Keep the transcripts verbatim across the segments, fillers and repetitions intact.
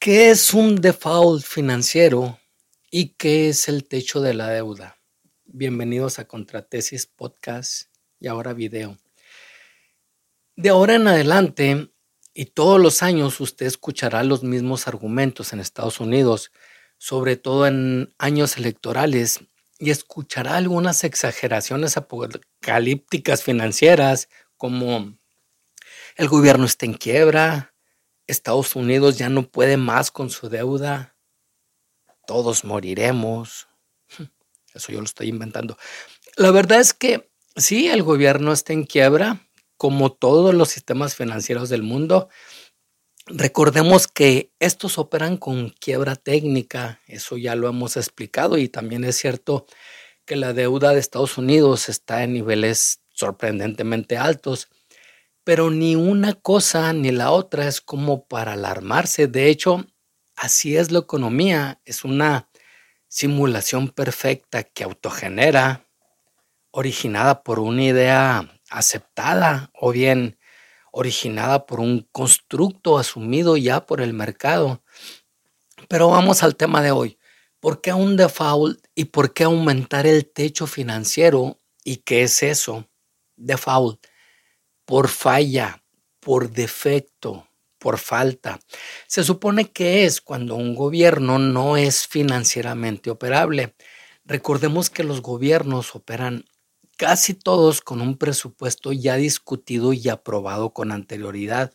¿Qué es un default financiero y qué es el techo de la deuda? Bienvenidos a Contratesis Podcast y ahora video. De ahora en adelante y todos los años usted escuchará los mismos argumentos en Estados Unidos, sobre todo en años electorales, y escuchará algunas exageraciones apocalípticas financieras como el gobierno está en quiebra, Estados Unidos ya no puede más con su deuda, todos moriremos. Eso yo lo estoy inventando. La verdad es que sí, el gobierno está en quiebra, como todos los sistemas financieros del mundo. Recordemos que estos operan con quiebra técnica, eso ya lo hemos explicado, y también es cierto que la deuda de Estados Unidos está en niveles sorprendentemente altos, pero ni una cosa ni la otra es como para alarmarse. De hecho, así es la economía, es una simulación perfecta que autogenera, originada por una idea aceptada o bien originada por un constructo asumido ya por el mercado. Pero vamos al tema de hoy. ¿Por qué un default y por qué aumentar el techo financiero? ¿Y qué es eso? Default, por falla, por defecto, por falta. Se supone que es cuando un gobierno no es financieramente operable. Recordemos que los gobiernos operan casi todos con un presupuesto ya discutido y aprobado con anterioridad.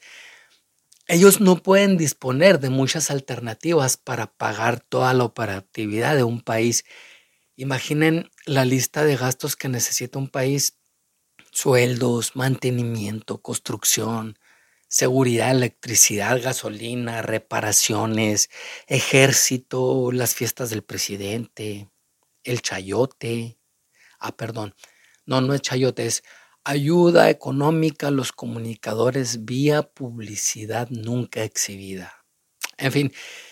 Ellos no pueden disponer de muchas alternativas para pagar toda la operatividad de un país. Imaginen la lista de gastos que necesita un país: sueldos, mantenimiento, construcción, seguridad, electricidad, gasolina, reparaciones, ejército, las fiestas del presidente, el chayote. Ah, perdón. No, no es chayote, es ayuda económica a los comunicadores vía publicidad nunca exhibida. En fin,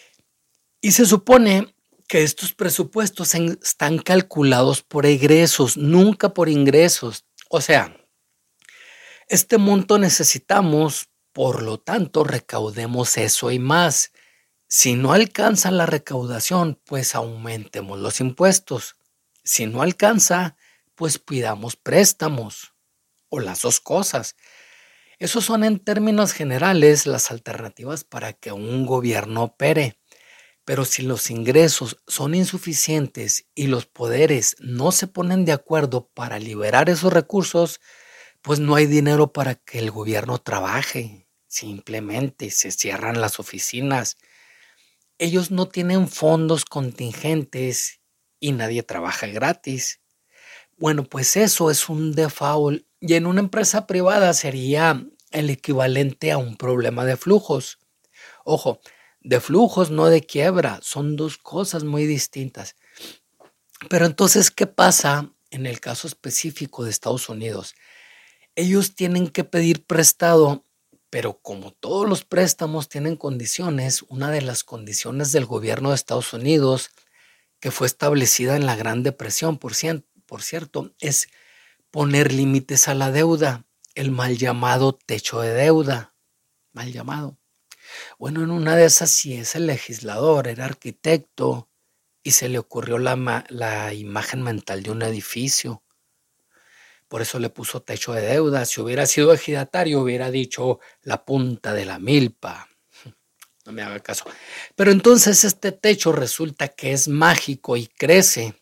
y se supone que estos presupuestos están calculados por egresos, nunca por ingresos. O sea, este monto necesitamos, por lo tanto, recaudemos eso y más. Si no alcanza la recaudación, pues aumentemos los impuestos. Si no alcanza, pues pidamos préstamos o las dos cosas. Esos son en términos generales las alternativas para que un gobierno opere. Pero si los ingresos son insuficientes y los poderes no se ponen de acuerdo para liberar esos recursos, pues no hay dinero para que el gobierno trabaje. Simplemente se cierran las oficinas. Ellos no tienen fondos contingentes y nadie trabaja gratis. Bueno, pues eso es un default, y en una empresa privada sería el equivalente a un problema de flujos. Ojo, de flujos, no de quiebra, son dos cosas muy distintas. Pero entonces, ¿qué pasa en el caso específico de Estados Unidos? Ellos tienen que pedir prestado, pero como todos los préstamos tienen condiciones, una de las condiciones del gobierno de Estados Unidos, que fue establecida en la Gran Depresión, por cierto, por cierto, es poner límites a la deuda, el mal llamado techo de deuda, mal llamado. Bueno, en una de esas, si es el legislador, era arquitecto y se le ocurrió la, la imagen mental de un edificio. Por eso le puso techo de deuda. Si hubiera sido ejidatario, hubiera dicho la punta de la milpa. No me haga caso. Pero entonces este techo resulta que es mágico y crece.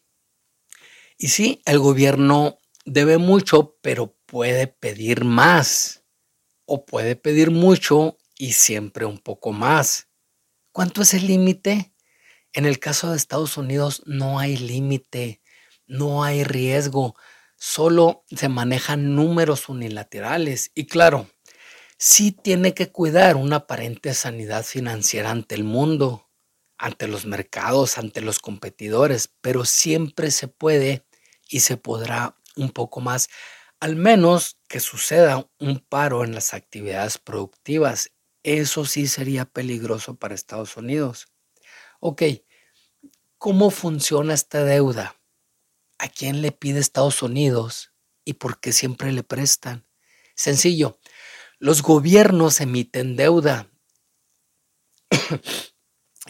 Y sí, el gobierno debe mucho, pero puede pedir más. O puede pedir mucho y siempre un poco más. ¿Cuánto es el límite? En el caso de Estados Unidos no hay límite, no hay riesgo, solo se manejan números unilaterales. Y claro, sí tiene que cuidar una aparente sanidad financiera ante el mundo, ante los mercados, ante los competidores, pero siempre se puede y se podrá un poco más, al menos que suceda un paro en las actividades productivas. Eso sí sería peligroso para Estados Unidos. Ok, ¿cómo funciona esta deuda? ¿A quién le pide Estados Unidos y por qué siempre le prestan? Sencillo, los gobiernos emiten deuda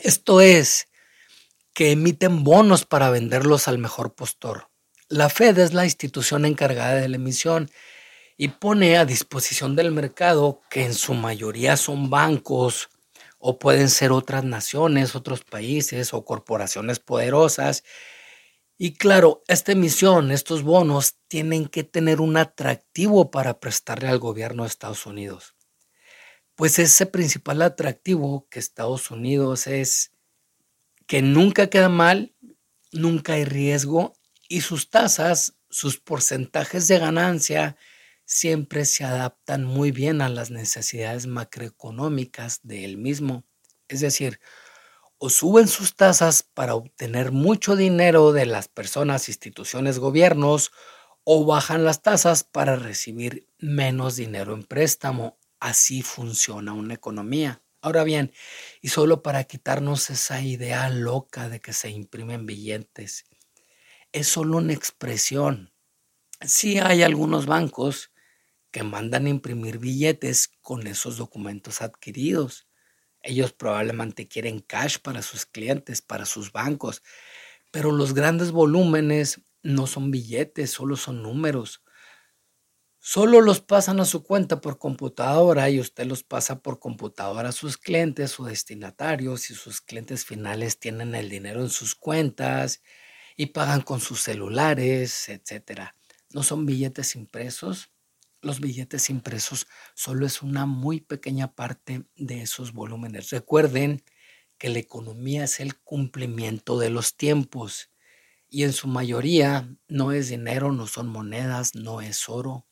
Esto es, que emiten bonos para venderlos al mejor postor. La Fed es la institución encargada de la emisión y pone a disposición del mercado, que en su mayoría son bancos o pueden ser otras naciones, otros países o corporaciones poderosas. Y claro, esta emisión, estos bonos, tienen que tener un atractivo para prestarle al gobierno de Estados Unidos. Pues ese principal atractivo que Estados Unidos es que nunca queda mal, nunca hay riesgo y sus tasas, sus porcentajes de ganancia siempre se adaptan muy bien a las necesidades macroeconómicas de él mismo. Es decir, o suben sus tasas para obtener mucho dinero de las personas, instituciones, gobiernos, o bajan las tasas para recibir menos dinero en préstamo. Así funciona una economía. Ahora bien, y solo para quitarnos esa idea loca de que se imprimen billetes, es solo una expresión. Sí hay algunos bancos que mandan a imprimir billetes con esos documentos adquiridos. Ellos probablemente quieren cash para sus clientes, para sus bancos, pero los grandes volúmenes no son billetes, solo son números. Solo los pasan a su cuenta por computadora y usted los pasa por computadora a sus clientes o destinatarios, y sus clientes finales tienen el dinero en sus cuentas y pagan con sus celulares, etcétera. No son billetes impresos. Los billetes impresos solo es una muy pequeña parte de esos volúmenes. Recuerden que la economía es el cumplimiento de los tiempos y en su mayoría no es dinero, no son monedas, no es oro.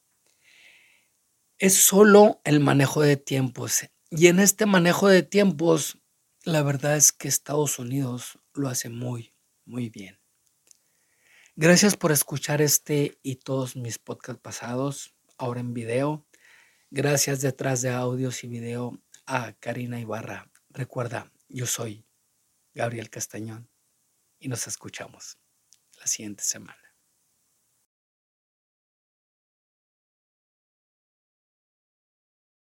Es solo el manejo de tiempos. Y en este manejo de tiempos, la verdad es que Estados Unidos lo hace muy, muy bien. Gracias por escuchar este y todos mis podcasts pasados, ahora en video. Gracias detrás de audios y video a Karina Ibarra. Recuerda, yo soy Gabriel Castañón y nos escuchamos la siguiente semana.